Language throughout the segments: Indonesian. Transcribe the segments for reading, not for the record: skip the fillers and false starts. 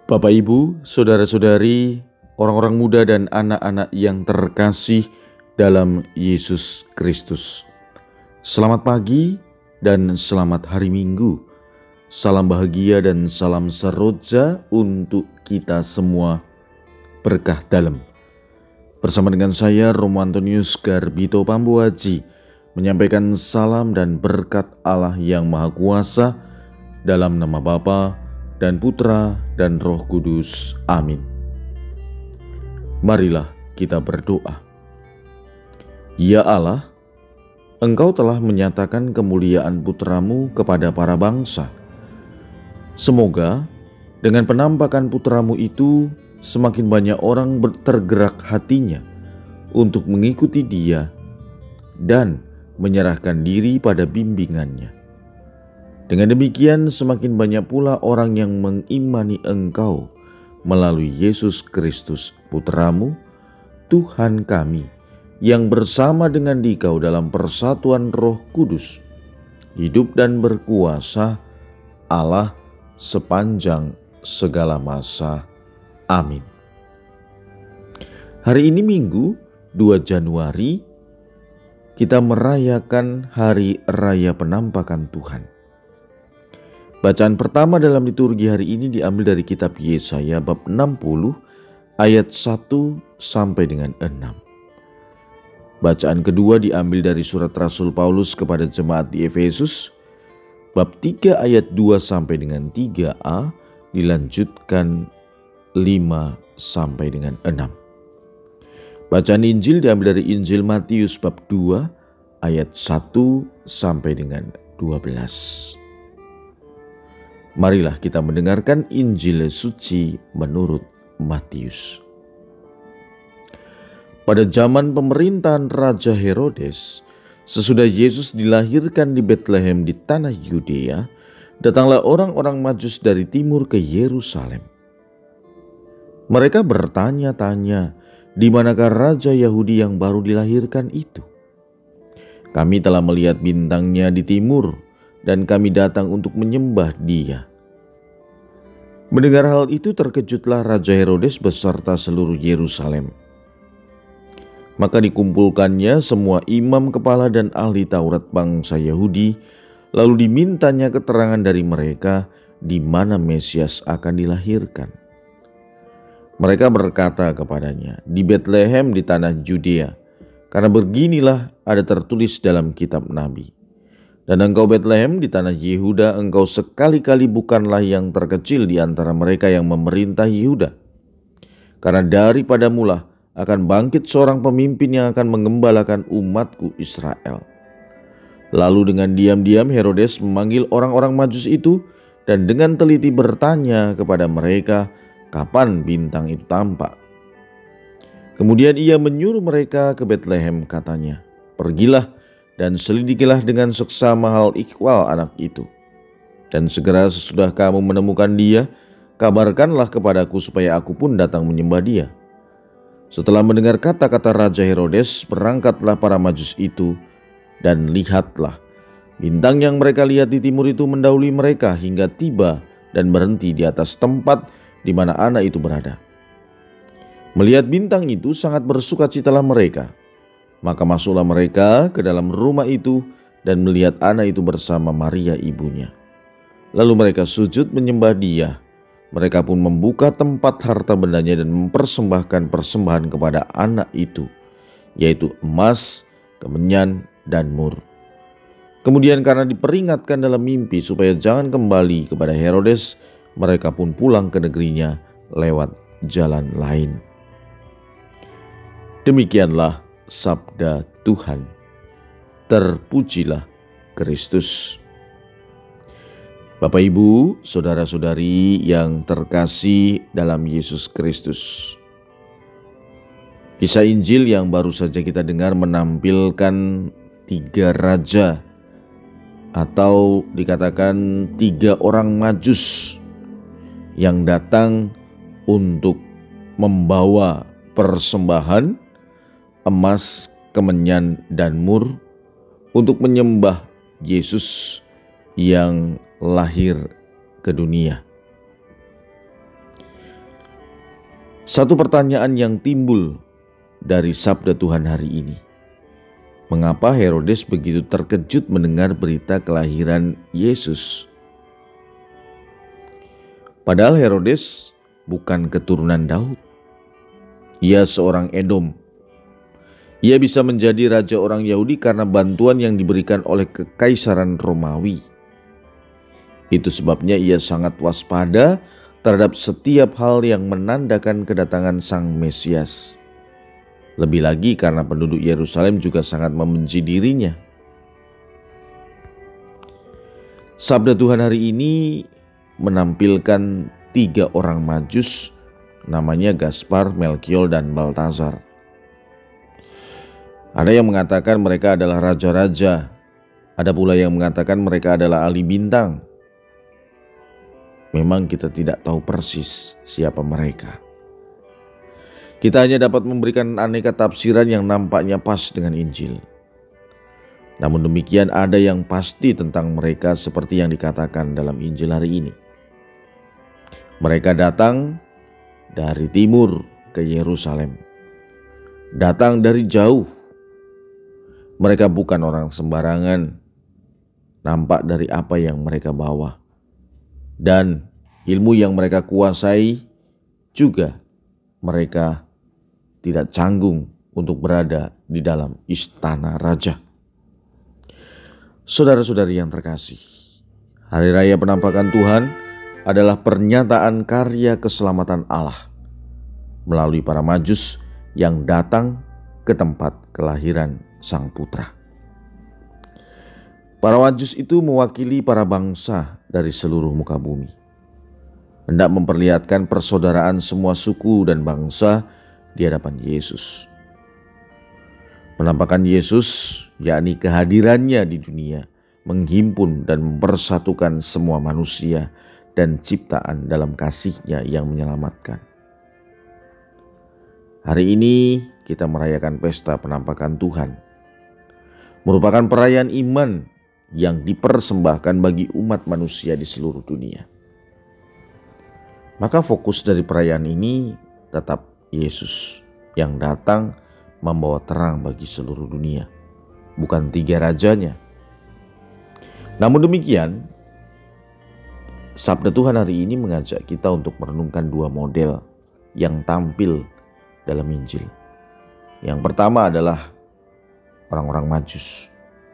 Bapak, Ibu, saudara-saudari, orang-orang muda dan anak-anak yang terkasih dalam Yesus Kristus. Selamat pagi dan selamat hari Minggu. Salam bahagia dan salam seroja untuk kita semua, berkah dalam. Bersama dengan saya, Romo Antonius Garbito Pambuaji, menyampaikan salam dan berkat Allah yang Maha Kuasa dalam nama Bapa dan Putra dan Roh Kudus. Amin. Marilah kita berdoa. Ya Allah, Engkau telah menyatakan kemuliaan Putramu kepada para bangsa. Semoga dengan penampakan Putramu itu semakin banyak orang tergerak hatinya untuk mengikuti Dia dan menyerahkan diri pada bimbingannya. Dengan demikian semakin banyak pula orang yang mengimani Engkau melalui Yesus Kristus Putramu, Tuhan kami, yang bersama dengan Dikau dalam persatuan Roh Kudus, hidup dan berkuasa Allah sepanjang segala masa. Amin. Hari ini Minggu 2 Januari, kita merayakan Hari Raya Penampakan Tuhan. Bacaan pertama dalam liturgi hari ini diambil dari kitab Yesaya bab 60 ayat 1 sampai dengan 6. Bacaan kedua diambil dari surat Rasul Paulus kepada jemaat di Efesus bab 3 ayat 2 sampai dengan 3a, dilanjutkan 5 sampai dengan 6. Bacaan Injil diambil dari Injil Matius bab 2 ayat 1 sampai dengan 12. Marilah kita mendengarkan Injil suci menurut Matius. Pada zaman pemerintahan Raja Herodes, sesudah Yesus dilahirkan di Betlehem di tanah Yudea, datanglah orang-orang Majus dari timur ke Yerusalem. Mereka bertanya-tanya, di manakah Raja Yahudi yang baru dilahirkan itu? Kami telah melihat bintangnya di timur, dan kami datang untuk menyembah Dia. Mendengar hal itu terkejutlah Raja Herodes beserta seluruh Yerusalem. Maka dikumpulkannya semua imam kepala dan ahli Taurat bangsa Yahudi, lalu dimintanya keterangan dari mereka di mana Mesias akan dilahirkan. Mereka berkata kepadanya, di Betlehem di tanah Yudea, karena beginilah ada tertulis dalam kitab Nabi. Dan engkau Betlehem di tanah Yehuda, engkau sekali-kali bukanlah yang terkecil di antara mereka yang memerintah Yehuda. Karena daripadamulah akan bangkit seorang pemimpin yang akan mengembalakan umatku Israel. Lalu dengan diam-diam Herodes memanggil orang-orang Majus itu dan dengan teliti bertanya kepada mereka kapan bintang itu tampak. Kemudian ia menyuruh mereka ke Betlehem, katanya, pergilah dan selidikilah dengan seksama hal ikhwal anak itu. Dan segera sesudah kamu menemukan dia, kabarkanlah kepadaku supaya aku pun datang menyembah dia. Setelah mendengar kata-kata Raja Herodes, berangkatlah para Majus itu, dan lihatlah, bintang yang mereka lihat di timur itu mendahului mereka hingga tiba dan berhenti di atas tempat di mana anak itu berada. Melihat bintang itu sangat bersukacitalah mereka. Maka masuklah mereka ke dalam rumah itu dan melihat anak itu bersama Maria ibunya. Lalu mereka sujud menyembah Dia. Mereka pun membuka tempat harta bendanya dan mempersembahkan persembahan kepada anak itu, yaitu emas, kemenyan, dan mur. Kemudian karena diperingatkan dalam mimpi supaya jangan kembali kepada Herodes, mereka pun pulang ke negerinya lewat jalan lain. Demikianlah sabda Tuhan. Terpujilah Kristus. Bapak, Ibu, saudara-saudari yang terkasih dalam Yesus Kristus. Kisah Injil yang baru saja kita dengar menampilkan 3 raja atau dikatakan 3 orang Majus yang datang untuk membawa persembahan emas, kemenyan, dan mur untuk menyembah Yesus yang lahir ke dunia. Satu pertanyaan yang timbul dari sabda Tuhan hari ini. Mengapa Herodes begitu terkejut mendengar berita kelahiran Yesus? Padahal Herodes bukan keturunan Daud. Ia seorang Edom. Ia bisa menjadi raja orang Yahudi karena bantuan yang diberikan oleh Kekaisaran Romawi. Itu sebabnya ia sangat waspada terhadap setiap hal yang menandakan kedatangan Sang Mesias. Lebih lagi karena penduduk Yerusalem juga sangat membenci dirinya. Sabda Tuhan hari ini menampilkan 3 orang Majus, namanya Gaspar, Melkior, dan Baltazar. Ada yang mengatakan mereka adalah raja-raja, ada pula yang mengatakan mereka adalah ahli bintang. Memang kita tidak tahu persis siapa mereka. Kita hanya dapat memberikan aneka tafsiran yang nampaknya pas dengan Injil. Namun demikian ada yang pasti tentang mereka seperti yang dikatakan dalam Injil hari ini. Mereka datang dari timur ke Yerusalem. Datang dari jauh. Mereka bukan orang sembarangan. Nampak dari apa yang mereka bawa. Dan ilmu yang mereka kuasai juga mereka tidak canggung untuk berada di dalam istana raja. Saudara-saudari yang terkasih, Hari Raya Penampakan Tuhan adalah pernyataan karya keselamatan Allah melalui para Majus yang datang ke tempat kelahiran Sang Putra. Para Majus itu mewakili para bangsa dari seluruh muka bumi, hendak memperlihatkan persaudaraan semua suku dan bangsa di hadapan Yesus. Penampakan Yesus, yakni kehadirannya di dunia, menghimpun dan mempersatukan semua manusia dan ciptaan dalam kasih-Nya yang menyelamatkan. Hari ini kita merayakan pesta penampakan Tuhan. Merupakan perayaan iman yang dipersembahkan bagi umat manusia di seluruh dunia. Maka fokus dari perayaan ini tetap Yesus yang datang membawa terang bagi seluruh dunia, bukan 3 rajanya. Namun demikian, sabda Tuhan hari ini mengajak kita untuk merenungkan 2 model yang tampil dalam Injil. Yang pertama adalah orang-orang Majus.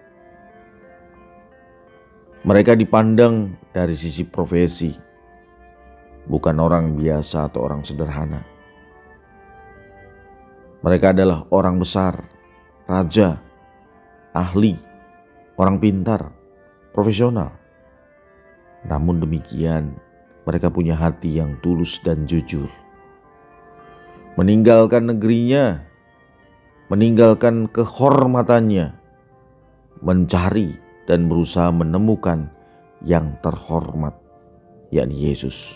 Mereka dipandang dari sisi profesi, bukan orang biasa atau orang sederhana. Mereka adalah orang besar, raja, ahli, orang pintar, profesional. Namun demikian, mereka punya hati yang tulus dan jujur. Meninggalkan negerinya, meninggalkan kehormatannya, mencari dan berusaha menemukan yang terhormat, yakni Yesus.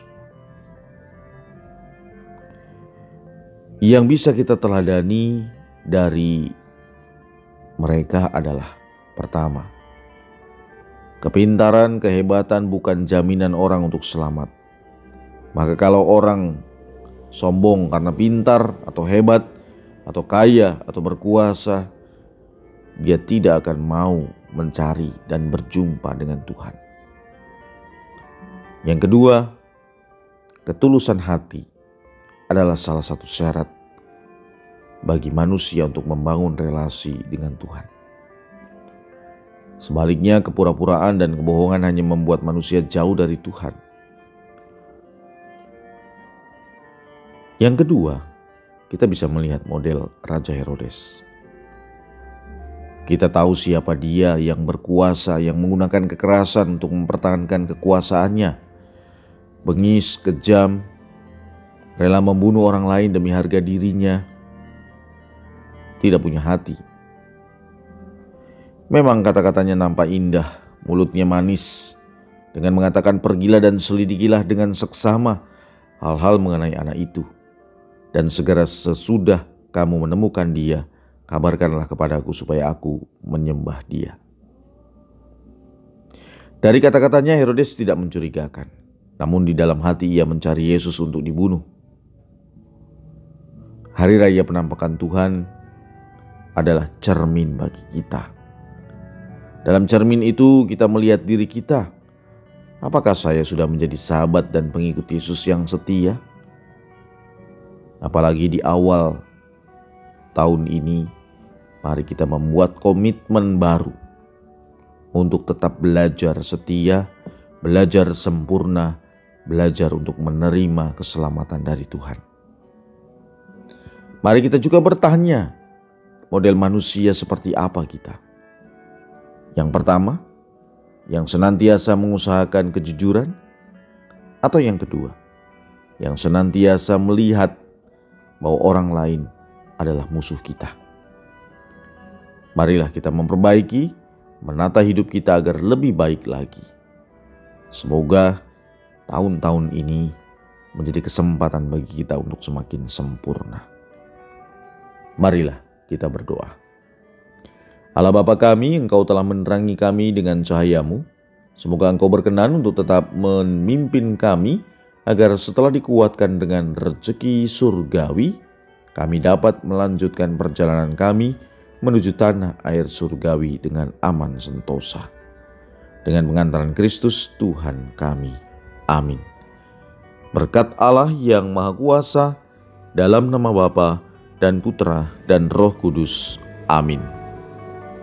Yang bisa kita teladani dari mereka adalah pertama, kepintaran, kehebatan bukan jaminan orang untuk selamat. Maka kalau orang sombong karena pintar atau hebat atau kaya atau berkuasa, dia tidak akan mau mencari dan berjumpa dengan Tuhan. Yang kedua, ketulusan hati adalah salah satu syarat bagi manusia untuk membangun relasi dengan Tuhan. Sebaliknya, kepura-puraan dan kebohongan hanya membuat manusia jauh dari Tuhan. Yang kedua, kita bisa melihat model Raja Herodes. Kita tahu siapa dia yang berkuasa, yang menggunakan kekerasan untuk mempertahankan kekuasaannya. Bengis, kejam, rela membunuh orang lain demi harga dirinya, tidak punya hati. Memang kata-katanya nampak indah, mulutnya manis, dengan mengatakan pergilah dan selidikilah dengan seksama hal-hal mengenai anak itu. Dan segera sesudah kamu menemukan dia, kabarkanlah kepadaku supaya aku menyembah dia. Dari kata-katanya Herodes tidak mencurigakan, namun di dalam hati ia mencari Yesus untuk dibunuh. Hari Raya Penampakan Tuhan adalah cermin bagi kita. Dalam cermin itu kita melihat diri kita. Apakah saya sudah menjadi sahabat dan pengikut Yesus yang setia? Apalagi di awal tahun ini, mari kita membuat komitmen baru untuk tetap belajar setia, belajar sempurna, belajar untuk menerima keselamatan dari Tuhan. Mari kita juga bertanya, model manusia seperti apa kita? Yang pertama, yang senantiasa mengusahakan kejujuran, atau yang kedua, yang senantiasa melihat bahwa orang lain adalah musuh kita. Marilah kita memperbaiki, menata hidup kita agar lebih baik lagi. Semoga tahun-tahun ini menjadi kesempatan bagi kita untuk semakin sempurna. Marilah kita berdoa. Allah Bapa kami, Engkau telah menerangi kami dengan cahaya-Mu. Semoga Engkau berkenan untuk tetap memimpin kami, agar setelah dikuatkan dengan rezeki surgawi, kami dapat melanjutkan perjalanan kami menuju tanah air surgawi dengan aman sentosa. Dengan pengantaran Kristus Tuhan kami. Amin. Berkat Allah yang Maha Kuasa, dalam nama Bapa dan Putra dan Roh Kudus. Amin.